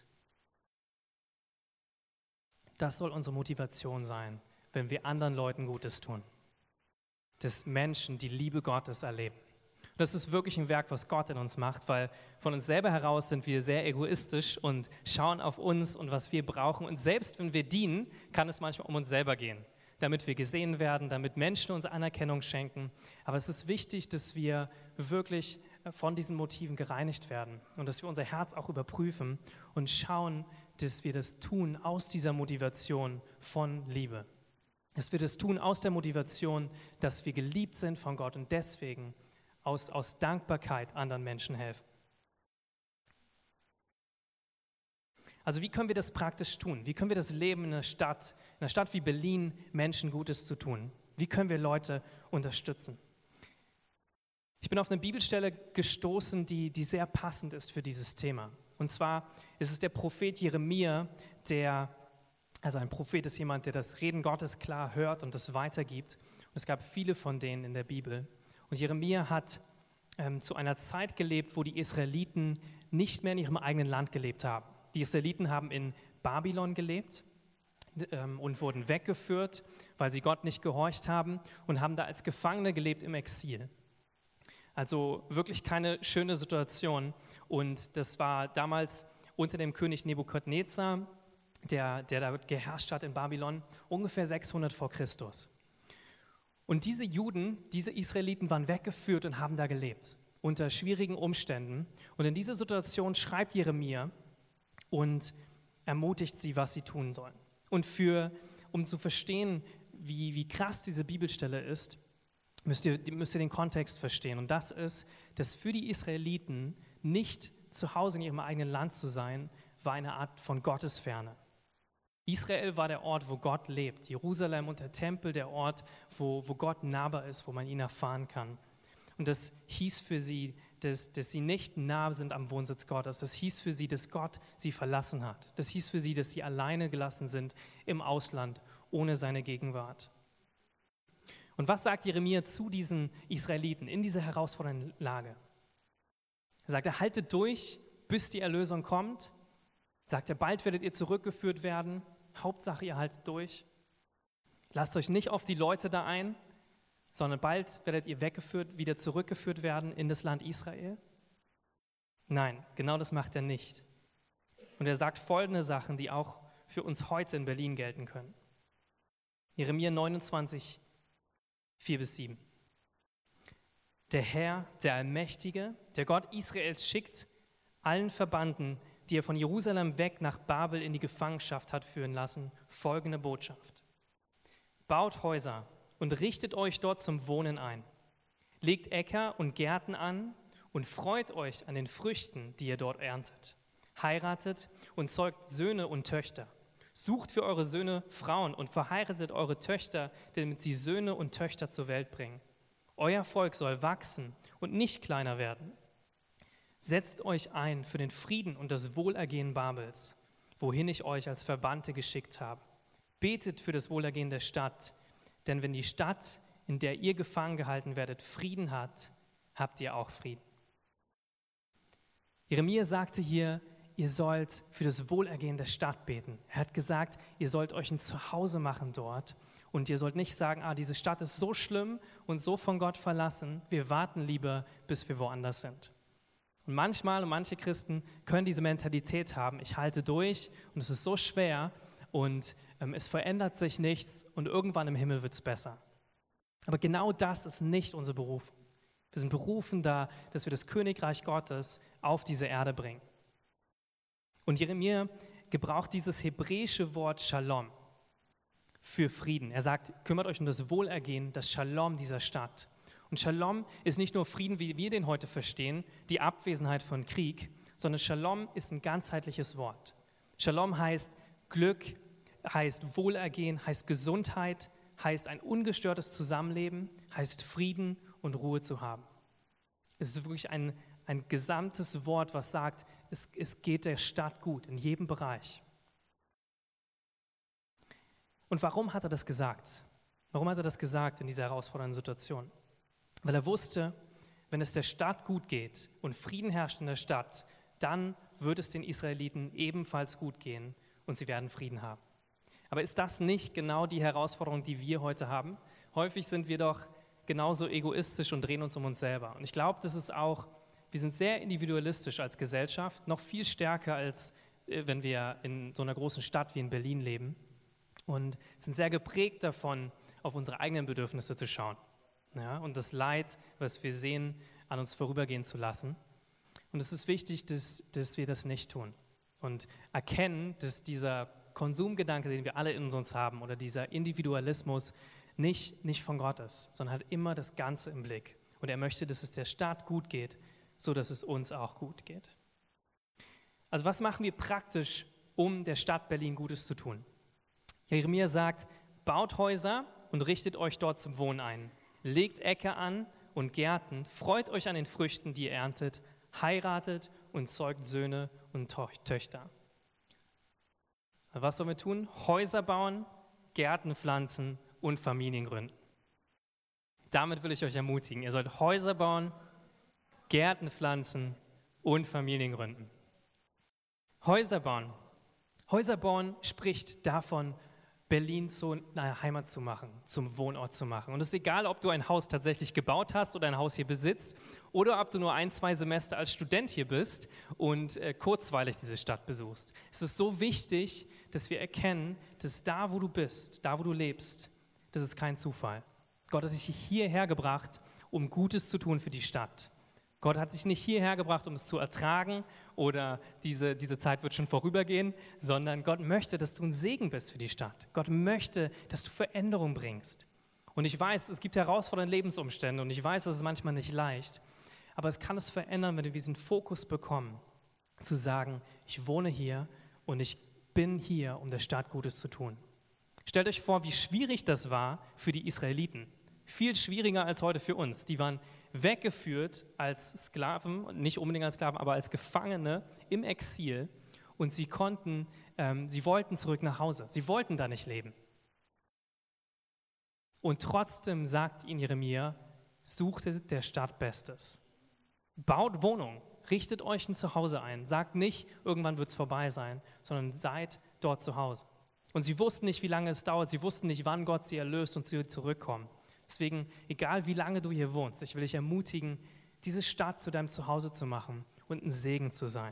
Das soll unsere Motivation sein, wenn wir anderen Leuten Gutes tun. Dass Menschen die Liebe Gottes erleben. Und das ist wirklich ein Werk, was Gott in uns macht, weil von uns selber heraus sind wir sehr egoistisch und schauen auf uns und was wir brauchen. Und selbst wenn wir dienen, kann es manchmal um uns selber gehen, damit wir gesehen werden, damit Menschen uns Anerkennung schenken. Aber es ist wichtig, dass wir wirklich von diesen Motiven gereinigt werden und dass wir unser Herz auch überprüfen und schauen, dass wir das tun aus dieser Motivation von Liebe. Dass wir das tun aus der Motivation, dass wir geliebt sind von Gott und deswegen aus, aus Dankbarkeit anderen Menschen helfen. Also wie können wir das praktisch tun? Wie können wir das Leben in einer Stadt, in einer Stadt wie Berlin, Menschen Gutes zu tun? Wie können wir Leute unterstützen? Ich bin auf eine Bibelstelle gestoßen, die, die sehr passend ist für dieses Thema. Und zwar ist es der Prophet Jeremia, der, also ein Prophet ist jemand, der das Reden Gottes klar hört und das weitergibt. Und es gab viele von denen in der Bibel. Und Jeremia hat ähm, zu einer Zeit gelebt, wo die Israeliten nicht mehr in ihrem eigenen Land gelebt haben. Die Israeliten haben in Babylon gelebt ähm, und wurden weggeführt, weil sie Gott nicht gehorcht haben und haben da als Gefangene gelebt im Exil. Also wirklich keine schöne Situation. Und das war damals unter dem König Nebukadnezar, der, der da geherrscht hat in Babylon, ungefähr sechshundert vor Christus. Und diese Juden, diese Israeliten waren weggeführt und haben da gelebt, unter schwierigen Umständen. Und in dieser Situation schreibt Jeremia und ermutigt sie, was sie tun sollen. Und für, um zu verstehen, wie, wie krass diese Bibelstelle ist, müsst ihr, müsst ihr den Kontext verstehen. Und das ist, dass für die Israeliten nicht zu Hause in ihrem eigenen Land zu sein, war eine Art von Gottesferne. Israel war der Ort, wo Gott lebt. Jerusalem und der Tempel der Ort, wo, wo Gott nahbar ist, wo man ihn erfahren kann. Und das hieß für sie, dass, dass sie nicht nah sind am Wohnsitz Gottes. Das hieß für sie, dass Gott sie verlassen hat. Das hieß für sie, dass sie alleine gelassen sind im Ausland, ohne seine Gegenwart. Und was sagt Jeremia zu diesen Israeliten in dieser herausfordernden Lage? Er sagt, er haltet durch, bis die Erlösung kommt. Sagt er, bald werdet ihr zurückgeführt werden. Hauptsache, ihr haltet durch. Lasst euch nicht auf die Leute da ein, sondern bald werdet ihr weggeführt, wieder zurückgeführt werden in das Land Israel. Nein, genau das macht er nicht. Und er sagt folgende Sachen, die auch für uns heute in Berlin gelten können. Jeremia neunundzwanzig, vier bis sieben. Der Herr, der Allmächtige, der Gott Israels schickt allen Verbannten, die er von Jerusalem weg nach Babel in die Gefangenschaft hat führen lassen, folgende Botschaft. Baut Häuser und richtet euch dort zum Wohnen ein. Legt Äcker und Gärten an und freut euch an den Früchten, die ihr dort erntet. Heiratet und zeugt Söhne und Töchter. Sucht für eure Söhne Frauen und verheiratet eure Töchter, damit sie Söhne und Töchter zur Welt bringen. Euer Volk soll wachsen und nicht kleiner werden. Setzt euch ein für den Frieden und das Wohlergehen Babels, wohin ich euch als Verbannte geschickt habe. Betet für das Wohlergehen der Stadt, denn wenn die Stadt, in der ihr gefangen gehalten werdet, Frieden hat, habt ihr auch Frieden. Jeremia sagte hier, ihr sollt für das Wohlergehen der Stadt beten. Er hat gesagt, ihr sollt euch ein Zuhause machen dort und ihr sollt nicht sagen, ah, diese Stadt ist so schlimm und so von Gott verlassen, wir warten lieber, bis wir woanders sind. Und manchmal und manche Christen können diese Mentalität haben, ich halte durch und es ist so schwer und ähm, es verändert sich nichts und irgendwann im Himmel wird es besser. Aber genau das ist nicht unsere Berufung. Wir sind berufen da, dass wir das Königreich Gottes auf diese Erde bringen. Und Jeremia gebraucht dieses hebräische Wort Shalom für Frieden. Er sagt, kümmert euch um das Wohlergehen, das Shalom dieser Stadt. Und Shalom ist nicht nur Frieden, wie wir den heute verstehen, die Abwesenheit von Krieg, sondern Shalom ist ein ganzheitliches Wort. Shalom heißt Glück, heißt Wohlergehen, heißt Gesundheit, heißt ein ungestörtes Zusammenleben, heißt Frieden und Ruhe zu haben. Es ist wirklich ein, ein gesamtes Wort, was sagt, es, es geht der Stadt gut, in jedem Bereich. Und warum hat er das gesagt? Warum hat er das gesagt in dieser herausfordernden Situation? Weil er wusste, wenn es der Stadt gut geht und Frieden herrscht in der Stadt, dann wird es den Israeliten ebenfalls gut gehen und sie werden Frieden haben. Aber ist das nicht genau die Herausforderung, die wir heute haben? Häufig sind wir doch genauso egoistisch und drehen uns um uns selber. Und ich glaube, das ist auch, wir sind sehr individualistisch als Gesellschaft, noch viel stärker als äh, wenn wir in so einer großen Stadt wie in Berlin leben und sind sehr geprägt davon, auf unsere eigenen Bedürfnisse zu schauen, ja, und das Leid, was wir sehen, an uns vorübergehen zu lassen. Und es ist wichtig, dass, dass wir das nicht tun und erkennen, dass dieser Konsumgedanke, den wir alle in uns haben, oder dieser Individualismus nicht, nicht von Gott ist, sondern hat immer das Ganze im Blick. Und er möchte, dass es der Stadt gut geht, so dass es uns auch gut geht. Also was machen wir praktisch, um der Stadt Berlin Gutes zu tun? Jeremia sagt, baut Häuser und richtet euch dort zum Wohnen ein. Legt Äcker an und Gärten, freut euch an den Früchten, die ihr erntet, heiratet und zeugt Söhne und Töchter. Was sollen wir tun? Häuser bauen, Gärten pflanzen und Familien gründen. Damit will ich euch ermutigen. Ihr sollt Häuser bauen, Gärten pflanzen und Familien gründen. Häuser bauen. Häuser bauen spricht davon, Berlin zu einer Heimat zu machen, zum Wohnort zu machen. Und es ist egal, ob du ein Haus tatsächlich gebaut hast oder ein Haus hier besitzt oder ob du nur ein, zwei Semester als Student hier bist und äh, kurzweilig diese Stadt besuchst. Es ist so wichtig, dass wir erkennen, dass da, wo du bist, da, wo du lebst, das ist kein Zufall. Gott hat dich hierher gebracht, um Gutes zu tun für die Stadt. Gott hat dich nicht hierher gebracht, um es zu ertragen oder diese, diese Zeit wird schon vorübergehen, sondern Gott möchte, dass du ein Segen bist für die Stadt. Gott möchte, dass du Veränderung bringst. Und ich weiß, es gibt herausfordernde Lebensumstände und ich weiß, das ist manchmal nicht leicht, aber es kann es verändern, wenn wir diesen Fokus bekommen, zu sagen, ich wohne hier und ich bin hier, um der Stadt Gutes zu tun. Stellt euch vor, wie schwierig das war für die Israeliten. Viel schwieriger als heute für uns. Die waren weggeführt als Sklaven, nicht unbedingt als Sklaven, aber als Gefangene im Exil. Und sie konnten, ähm, sie wollten zurück nach Hause. Sie wollten da nicht leben. Und trotzdem sagt ihnen Jeremia, suchte der Stadt Bestes. Baut Wohnungen, richtet euch ein Zuhause ein. Sagt nicht, irgendwann wird es vorbei sein, sondern seid dort zu Hause. Und sie wussten nicht, wie lange es dauert. Sie wussten nicht, wann Gott sie erlöst und sie zurückkommen. Deswegen, egal wie lange du hier wohnst, ich will dich ermutigen, diese Stadt zu deinem Zuhause zu machen und ein Segen zu sein.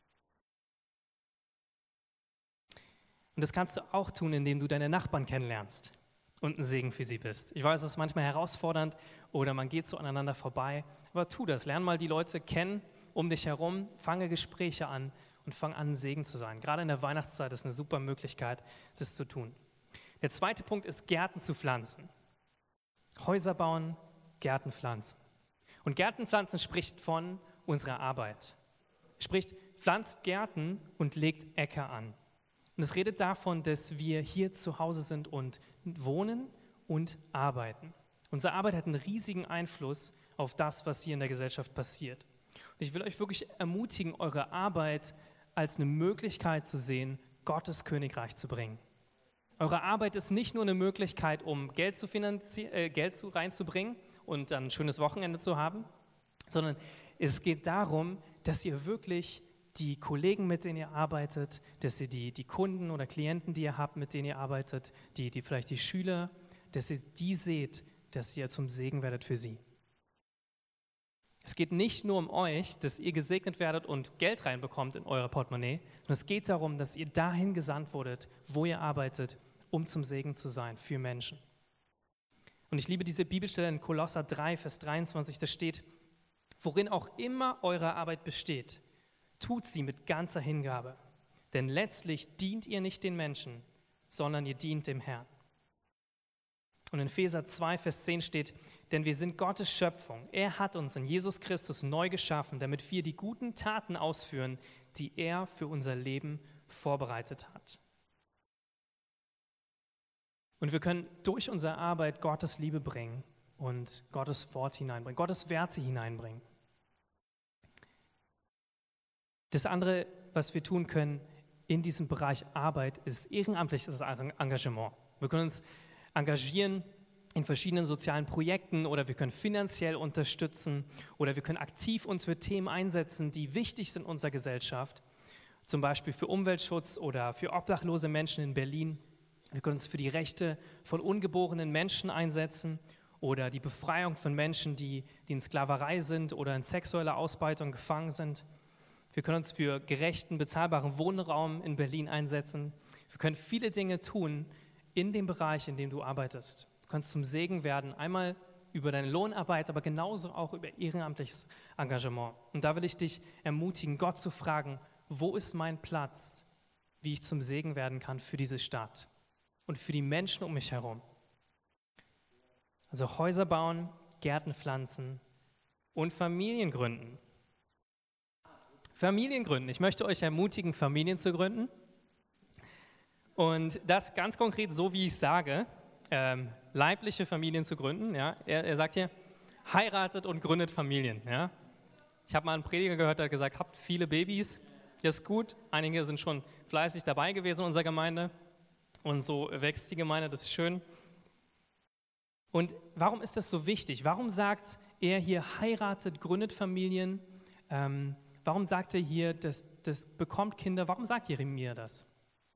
Und das kannst du auch tun, indem du deine Nachbarn kennenlernst und ein Segen für sie bist. Ich weiß, es ist manchmal herausfordernd oder man geht so aneinander vorbei, aber tu das. Lern mal die Leute kennen um dich herum, fange Gespräche an und fang an, ein Segen zu sein. Gerade in der Weihnachtszeit ist eine super Möglichkeit, das zu tun. Der zweite Punkt ist, Gärten zu pflanzen. Häuser bauen, Gärten pflanzen. Und Gärten pflanzen spricht von unserer Arbeit. Spricht, pflanzt Gärten und legt Äcker an. Und es redet davon, dass wir hier zu Hause sind und wohnen und arbeiten. Unsere Arbeit hat einen riesigen Einfluss auf das, was hier in der Gesellschaft passiert. Und ich will euch wirklich ermutigen, eure Arbeit als eine Möglichkeit zu sehen, Gottes Königreich zu bringen. Eure Arbeit ist nicht nur eine Möglichkeit, um Geld, zu finanzi- äh, Geld zu reinzubringen und dann ein schönes Wochenende zu haben, sondern es geht darum, dass ihr wirklich die Kollegen, mit denen ihr arbeitet, dass ihr die, die Kunden oder Klienten, die ihr habt, mit denen ihr arbeitet, die, die vielleicht die Schüler, dass ihr die seht, dass ihr zum Segen werdet für sie. Es geht nicht nur um euch, dass ihr gesegnet werdet und Geld reinbekommt in euer Portemonnaie, sondern es geht darum, dass ihr dahin gesandt wurdet, wo ihr arbeitet, um zum Segen zu sein für Menschen. Und ich liebe diese Bibelstelle in Kolosser drei, Vers dreiundzwanzig, da steht, worin auch immer eure Arbeit besteht, tut sie mit ganzer Hingabe, denn letztlich dient ihr nicht den Menschen, sondern ihr dient dem Herrn. Und in Epheser zwei, Vers zehn steht, denn wir sind Gottes Schöpfung. Er hat uns in Jesus Christus neu geschaffen, damit wir die guten Taten ausführen, die er für unser Leben vorbereitet hat. Und wir können durch unsere Arbeit Gottes Liebe bringen und Gottes Wort hineinbringen, Gottes Werte hineinbringen. Das andere, was wir tun können in diesem Bereich Arbeit, ist ehrenamtliches Engagement. Wir können uns engagieren in verschiedenen sozialen Projekten oder wir können finanziell unterstützen oder wir können aktiv uns für Themen einsetzen, die wichtig sind in unserer Gesellschaft, zum Beispiel für Umweltschutz oder für obdachlose Menschen in Berlin. Wir können uns für die Rechte von ungeborenen Menschen einsetzen oder die Befreiung von Menschen, die, die in Sklaverei sind oder in sexueller Ausbeutung gefangen sind. Wir können uns für gerechten, bezahlbaren Wohnraum in Berlin einsetzen. Wir können viele Dinge tun in dem Bereich, in dem du arbeitest. Du kannst zum Segen werden, einmal über deine Lohnarbeit, aber genauso auch über ehrenamtliches Engagement. Und da will ich dich ermutigen, Gott zu fragen, wo ist mein Platz, wie ich zum Segen werden kann für diese Stadt und für die Menschen um mich herum. Also Häuser bauen, Gärten pflanzen und Familien gründen. Familien gründen. Ich möchte euch ermutigen, Familien zu gründen. Und das ganz konkret, so wie ich sage, ähm, leibliche Familien zu gründen. Ja? Er, er sagt hier, heiratet und gründet Familien. Ja? Ich habe mal einen Prediger gehört, der hat gesagt, habt viele Babys, das ist gut. Einige sind schon fleißig dabei gewesen in unserer Gemeinde. Und so wächst die Gemeinde, das ist schön. Und warum ist das so wichtig? Warum sagt er hier, heiratet, gründet Familien? Ähm, warum sagt er hier, das, das bekommt Kinder? Warum sagt Jeremia das?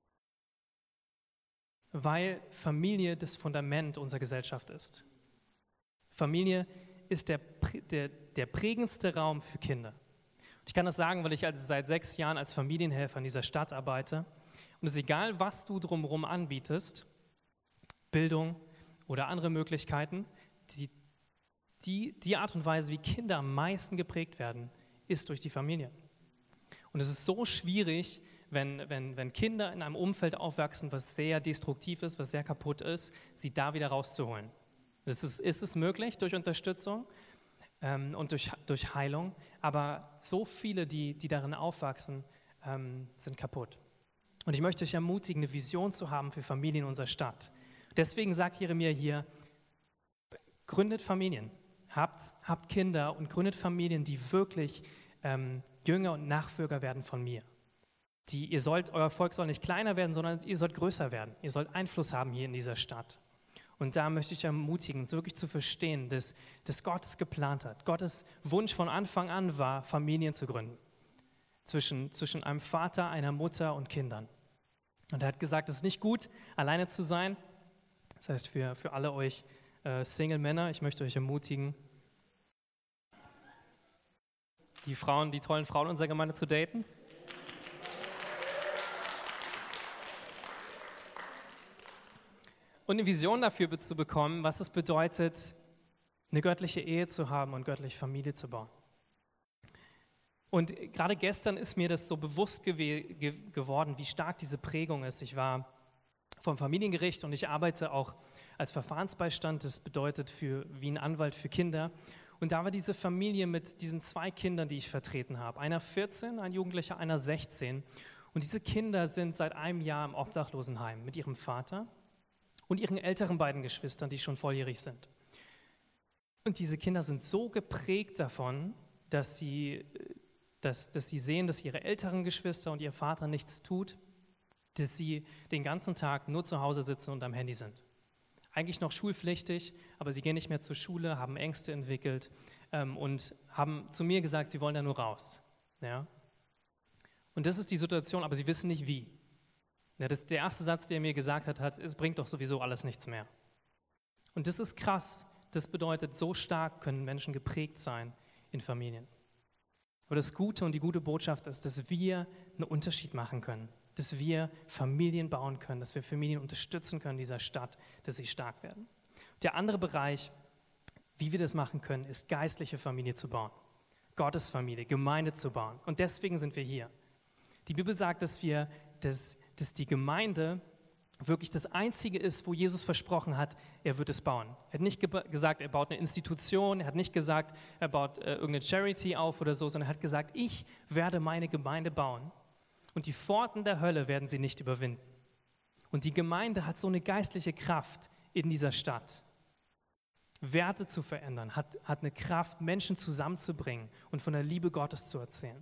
Weil Familie das Fundament unserer Gesellschaft ist. Familie ist der, der, der prägendste Raum für Kinder. Und ich kann das sagen, weil ich also seit sechs Jahren als Familienhelfer in dieser Stadt arbeite. Und es ist egal, was du drumherum anbietest, Bildung oder andere Möglichkeiten, die, die, die Art und Weise, wie Kinder am meisten geprägt werden, ist durch die Familie. Und es ist so schwierig, Wenn, wenn, wenn Kinder in einem Umfeld aufwachsen, was sehr destruktiv ist, was sehr kaputt ist, sie da wieder rauszuholen. Das ist, ist es möglich durch Unterstützung ähm, und durch, durch Heilung, aber so viele, die, die darin aufwachsen, ähm, sind kaputt. Und ich möchte euch ermutigen, eine Vision zu haben für Familien in unserer Stadt. Deswegen sagt Jeremia hier, gründet Familien, habt, habt Kinder und gründet Familien, die wirklich ähm, Jünger und Nachfolger werden von mir. Die, ihr sollt, euer Volk soll nicht kleiner werden, sondern ihr sollt größer werden. Ihr sollt Einfluss haben hier in dieser Stadt. Und da möchte ich ermutigen, uns wirklich zu verstehen, dass, dass Gott es geplant hat. Gottes Wunsch von Anfang an war, Familien zu gründen. Zwischen, zwischen einem Vater, einer Mutter und Kindern. Und er hat gesagt, es ist nicht gut, alleine zu sein. Das heißt, für, für alle euch äh, Single-Männer, ich möchte euch ermutigen, die Frauen, die tollen Frauen unserer Gemeinde zu daten. Und eine Vision dafür zu bekommen, was es bedeutet, eine göttliche Ehe zu haben und göttliche Familie zu bauen. Und gerade gestern ist mir das so bewusst gew- ge- geworden, wie stark diese Prägung ist. Ich war vom Familiengericht und ich arbeite auch als Verfahrensbeistand, das bedeutet für, wie ein Anwalt für Kinder. Und da war diese Familie mit diesen zwei Kindern, die ich vertreten habe. Einer vierzehn, ein Jugendlicher, einer sechzehn. Und diese Kinder sind seit einem Jahr im Obdachlosenheim mit ihrem Vater und ihren älteren beiden Geschwistern, die schon volljährig sind. Und diese Kinder sind so geprägt davon, dass sie, dass, dass sie sehen, dass ihre älteren Geschwister und ihr Vater nichts tut, dass sie den ganzen Tag nur zu Hause sitzen und am Handy sind. Eigentlich noch schulpflichtig, aber sie gehen nicht mehr zur Schule, haben Ängste entwickelt ähm, und haben zu mir gesagt, sie wollen da nur raus. Ja? Und das ist die Situation, aber sie wissen nicht wie. Ja, das, der erste Satz, der er mir gesagt hat, hat, es bringt doch sowieso alles nichts mehr. Und das ist krass. Das bedeutet, so stark können Menschen geprägt sein in Familien. Aber das Gute und die gute Botschaft ist, dass wir einen Unterschied machen können. Dass wir Familien bauen können, dass wir Familien unterstützen können in dieser Stadt, dass sie stark werden. Der andere Bereich, wie wir das machen können, ist geistliche Familie zu bauen. Gottes Familie, Gemeinde zu bauen. Und deswegen sind wir hier. Die Bibel sagt, dass wir, dass, dass die Gemeinde wirklich das Einzige ist, wo Jesus versprochen hat, er wird es bauen. Er hat nicht ge- gesagt, er baut eine Institution, er hat nicht gesagt, er baut äh, irgendeine Charity auf oder so, sondern er hat gesagt, ich werde meine Gemeinde bauen. Und die Pforten der Hölle werden sie nicht überwinden. Und die Gemeinde hat so eine geistliche Kraft in dieser Stadt, Werte zu verändern, hat, hat eine Kraft, Menschen zusammenzubringen und von der Liebe Gottes zu erzählen.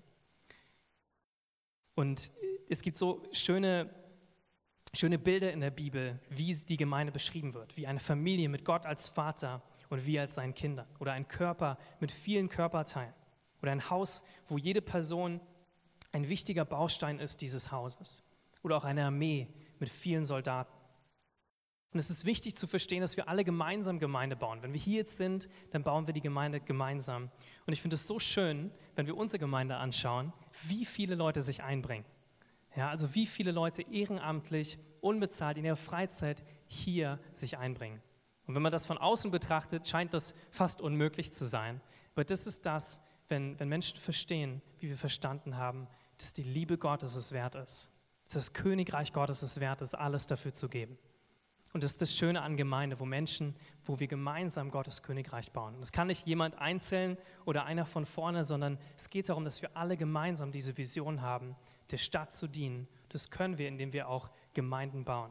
Und es gibt so schöne, schöne Bilder in der Bibel, wie die Gemeinde beschrieben wird, wie eine Familie mit Gott als Vater und wir als seinen Kindern. Oder ein Körper mit vielen Körperteilen. Oder ein Haus, wo jede Person ein wichtiger Baustein ist dieses Hauses. Oder auch eine Armee mit vielen Soldaten. Und es ist wichtig zu verstehen, dass wir alle gemeinsam Gemeinde bauen. Wenn wir hier jetzt sind, dann bauen wir die Gemeinde gemeinsam. Und ich finde es so schön, wenn wir unsere Gemeinde anschauen, wie viele Leute sich einbringen. Ja, also wie viele Leute ehrenamtlich, unbezahlt in ihrer Freizeit hier sich einbringen. Und wenn man das von außen betrachtet, scheint das fast unmöglich zu sein. Aber das ist das, wenn, wenn Menschen verstehen, wie wir verstanden haben, dass die Liebe Gottes es wert ist, dass das Königreich Gottes es wert ist, alles dafür zu geben. Und das ist das Schöne an Gemeinde, wo Menschen, wo wir gemeinsam Gottes Königreich bauen. Und es kann nicht jemand einzeln oder einer von vorne, sondern es geht darum, dass wir alle gemeinsam diese Vision haben, der Stadt zu dienen. Das können wir, indem wir auch Gemeinden bauen.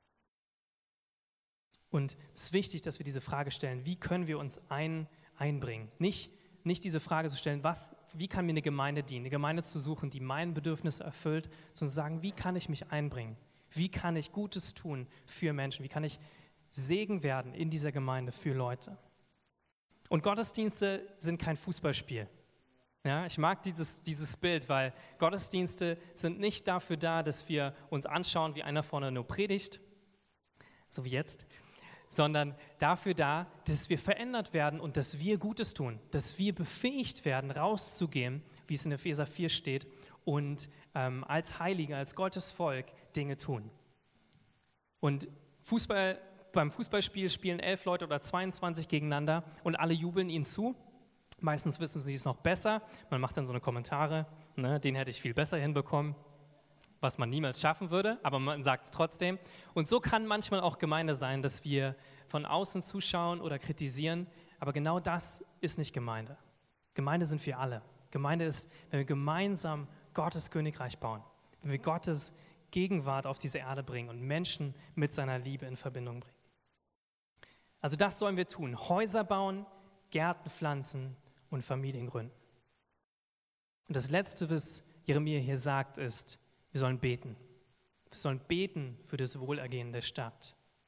Und es ist wichtig, dass wir diese Frage stellen, wie können wir uns ein, einbringen? Nicht Nicht diese Frage zu stellen, was, wie kann mir eine Gemeinde dienen, eine Gemeinde zu suchen, die mein Bedürfnis erfüllt, sondern sagen, wie kann ich mich einbringen? Wie kann ich Gutes tun für Menschen? Wie kann ich Segen werden in dieser Gemeinde für Leute? Und Gottesdienste sind kein Fußballspiel. Ja, ich mag dieses, dieses Bild, weil Gottesdienste sind nicht dafür da, dass wir uns anschauen, wie einer vorne nur predigt, so wie jetzt, sondern dafür da, dass wir verändert werden und dass wir Gutes tun, dass wir befähigt werden, rauszugehen, wie es in Epheser vier steht, und ähm, als Heilige, als Gottes Volk Dinge tun. Und Fußball, beim Fußballspiel spielen elf Leute oder zweiundzwanzig gegeneinander und alle jubeln ihnen zu. Meistens wissen sie es noch besser. Man macht dann so eine Kommentare, ne, den hätte ich viel besser hinbekommen, was man niemals schaffen würde, aber man sagt es trotzdem. Und so kann manchmal auch Gemeinde sein, dass wir von außen zuschauen oder kritisieren, aber genau das ist nicht Gemeinde. Gemeinde sind wir alle. Gemeinde ist, wenn wir gemeinsam Gottes Königreich bauen, wenn wir Gottes Gegenwart auf diese Erde bringen und Menschen mit seiner Liebe in Verbindung bringen. Also das sollen wir tun, Häuser bauen, Gärten pflanzen und Familien gründen. Und das Letzte, was Jeremia hier sagt, ist, wir sollen beten. Wir sollen beten für das Wohlergehen der Stadt.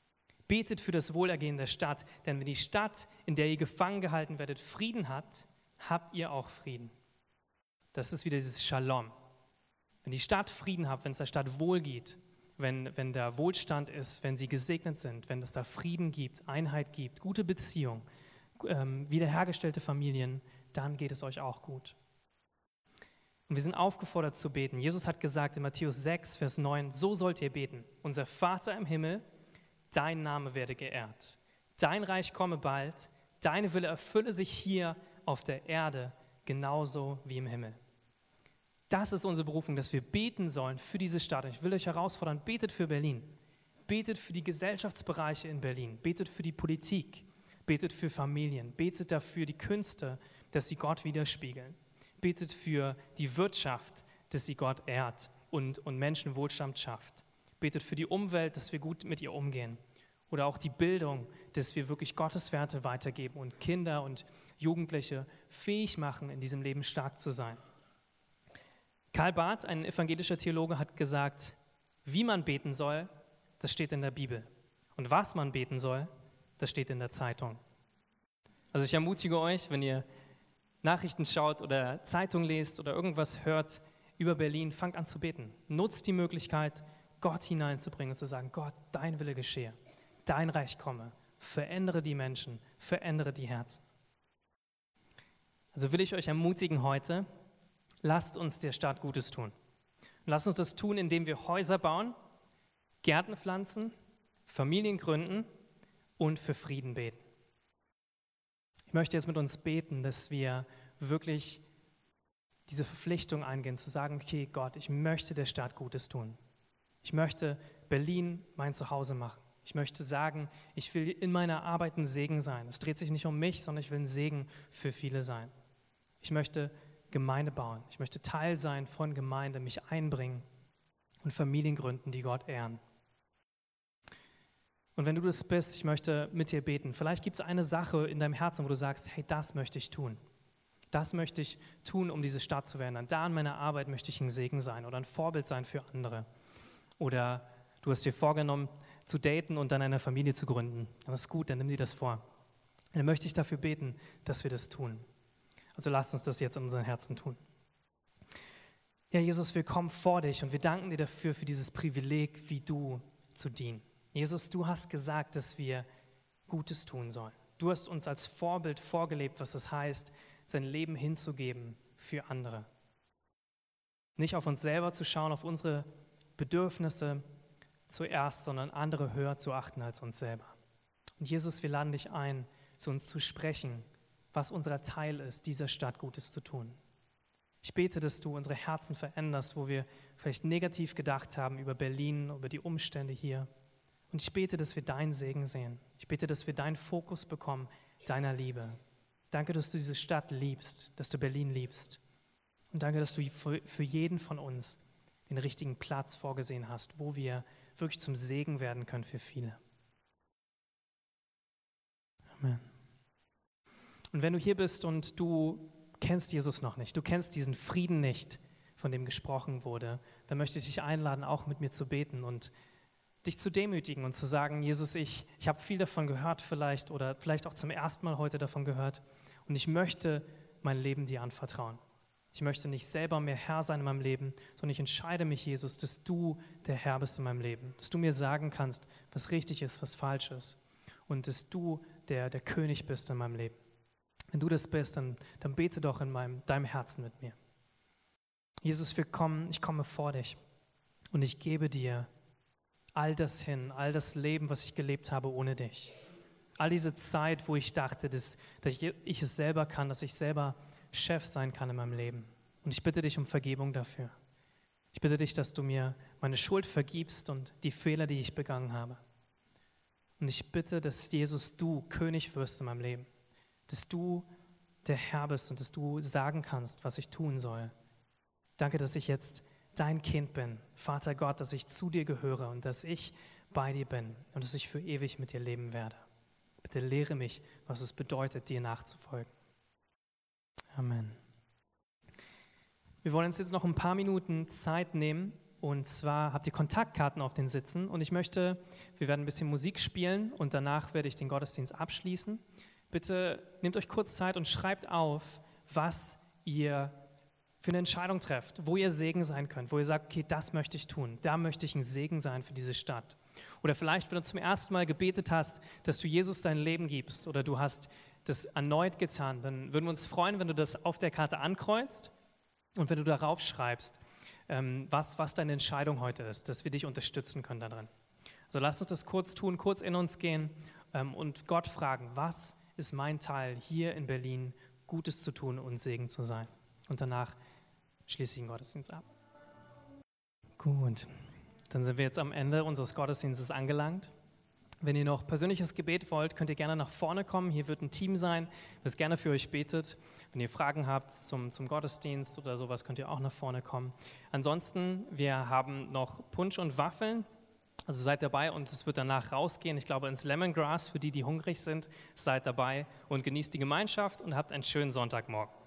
Betet für das Wohlergehen der Stadt, denn wenn die Stadt, in der ihr gefangen gehalten werdet, Frieden hat, habt ihr auch Frieden. Das ist wieder dieses Shalom. Wenn die Stadt Frieden hat, wenn es der Stadt wohl geht, wenn, wenn der Wohlstand ist, wenn sie gesegnet sind, wenn es da Frieden gibt, Einheit gibt, gute Beziehungen, ähm, wiederhergestellte Familien, dann geht es euch auch gut. Und wir sind aufgefordert zu beten. Jesus hat gesagt in Matthäus sechs, Vers neun, so sollt ihr beten. Unser Vater im Himmel, dein Name werde geehrt. Dein Reich komme bald, deine Wille erfülle sich hier auf der Erde, genauso wie im Himmel. Das ist unsere Berufung, dass wir beten sollen für diese Stadt. Und ich will euch herausfordern, betet für Berlin. Betet für die Gesellschaftsbereiche in Berlin. Betet für die Politik. Betet für Familien. Betet dafür die Künste, dass sie Gott widerspiegeln. Betet für die Wirtschaft, dass sie Gott ehrt und, und Menschen Wohlstand schafft. Betet für die Umwelt, dass wir gut mit ihr umgehen. Oder auch die Bildung, dass wir wirklich Gottes Werte weitergeben und Kinder und Jugendliche fähig machen, in diesem Leben stark zu sein. Karl Barth, ein evangelischer Theologe, hat gesagt, wie man beten soll, das steht in der Bibel. Und was man beten soll, das steht in der Zeitung. Also ich ermutige euch, wenn ihr Nachrichten schaut oder Zeitung lest oder irgendwas hört über Berlin, fangt an zu beten. Nutzt die Möglichkeit, Gott hineinzubringen und zu sagen, Gott, dein Wille geschehe, dein Reich komme, verändere die Menschen, verändere die Herzen. Also will ich euch ermutigen heute, lasst uns der Stadt Gutes tun. Und lasst uns das tun, indem wir Häuser bauen, Gärten pflanzen, Familien gründen und für Frieden beten. Ich möchte jetzt mit uns beten, dass wir wirklich diese Verpflichtung eingehen, zu sagen, okay, Gott, ich möchte der Stadt Gutes tun. Ich möchte Berlin mein Zuhause machen. Ich möchte sagen, ich will in meiner Arbeit ein Segen sein. Es dreht sich nicht um mich, sondern ich will ein Segen für viele sein. Ich möchte Gemeinde bauen. Ich möchte Teil sein von Gemeinde, mich einbringen und Familien gründen, die Gott ehren. Und wenn du das bist, ich möchte mit dir beten. Vielleicht gibt es eine Sache in deinem Herzen, wo du sagst, hey, das möchte ich tun. Das möchte ich tun, um diese Stadt zu verändern. Da in meiner Arbeit möchte ich ein Segen sein oder ein Vorbild sein für andere. Oder du hast dir vorgenommen, zu daten und dann eine Familie zu gründen. Das ist gut, dann nimm dir das vor. Und dann möchte ich dafür beten, dass wir das tun. Also lasst uns das jetzt in unseren Herzen tun. Ja, Jesus, wir kommen vor dich und wir danken dir dafür, für dieses Privileg, wie du zu dienen. Jesus, du hast gesagt, dass wir Gutes tun sollen. Du hast uns als Vorbild vorgelebt, was es heißt, sein Leben hinzugeben für andere. Nicht auf uns selber zu schauen, auf unsere Bedürfnisse zuerst, sondern andere höher zu achten als uns selber. Und Jesus, wir laden dich ein, zu uns zu sprechen, was unser Teil ist, dieser Stadt Gutes zu tun. Ich bete, dass du unsere Herzen veränderst, wo wir vielleicht negativ gedacht haben über Berlin, über die Umstände hier. Und ich bete, dass wir deinen Segen sehen. Ich bete, dass wir deinen Fokus bekommen, deiner Liebe. Danke, dass du diese Stadt liebst, dass du Berlin liebst. Und danke, dass du für jeden von uns den richtigen Platz vorgesehen hast, wo wir wirklich zum Segen werden können für viele. Amen. Und wenn du hier bist und du kennst Jesus noch nicht, du kennst diesen Frieden nicht, von dem gesprochen wurde, dann möchte ich dich einladen, auch mit mir zu beten und dich zu demütigen und zu sagen, Jesus, ich, ich habe viel davon gehört vielleicht oder vielleicht auch zum ersten Mal heute davon gehört und ich möchte mein Leben dir anvertrauen. Ich möchte nicht selber mehr Herr sein in meinem Leben, sondern ich entscheide mich, Jesus, dass du der Herr bist in meinem Leben, dass du mir sagen kannst, was richtig ist, was falsch ist und dass du der, der König bist in meinem Leben. Wenn du das bist, dann, dann bete doch in meinem, deinem Herzen mit mir. Jesus, wir kommen, ich komme vor dich und ich gebe dir all das hin, all das Leben, was ich gelebt habe ohne dich. All diese Zeit, wo ich dachte, dass, dass ich, ich es selber kann, dass ich selber Chef sein kann in meinem Leben. Und ich bitte dich um Vergebung dafür. Ich bitte dich, dass du mir meine Schuld vergibst und die Fehler, die ich begangen habe. Und ich bitte, dass Jesus, du König wirst in meinem Leben. Dass du der Herr bist und dass du sagen kannst, was ich tun soll. Danke, dass ich jetzt dein Kind bin, Vater Gott, dass ich zu dir gehöre und dass ich bei dir bin und dass ich für ewig mit dir leben werde. Bitte lehre mich, was es bedeutet, dir nachzufolgen. Amen. Wir wollen uns jetzt noch ein paar Minuten Zeit nehmen, Und zwar habt ihr Kontaktkarten auf den Sitzen und ich möchte, wir werden ein bisschen Musik spielen und danach werde ich den Gottesdienst abschließen. Bitte nehmt euch kurz Zeit und schreibt auf, was ihr für eine Entscheidung trefft, wo ihr Segen sein könnt, wo ihr sagt, okay, das möchte ich tun, da möchte ich ein Segen sein für diese Stadt. Oder vielleicht, wenn du zum ersten Mal gebetet hast, dass du Jesus dein Leben gibst oder du hast das erneut getan, dann würden wir uns freuen, wenn du das auf der Karte ankreuzt und wenn du darauf schreibst, was, was deine Entscheidung heute ist, dass wir dich unterstützen können darin. Also lasst uns das kurz tun, kurz in uns gehen und Gott fragen, was ist mein Teil hier in Berlin, Gutes zu tun und Segen zu sein. Und danach schließe ich den Gottesdienst ab. Gut, dann sind wir jetzt am Ende unseres Gottesdienstes angelangt. Wenn ihr noch persönliches Gebet wollt, könnt ihr gerne nach vorne kommen. Hier wird ein Team sein, das gerne für euch betet. Wenn ihr Fragen habt zum, zum Gottesdienst oder sowas, könnt ihr auch nach vorne kommen. Ansonsten, wir haben noch Punsch und Waffeln. Also seid dabei und es wird danach rausgehen. Ich glaube ins Lemongrass für die, die hungrig sind. Seid dabei und genießt die Gemeinschaft und habt einen schönen Sonntagmorgen.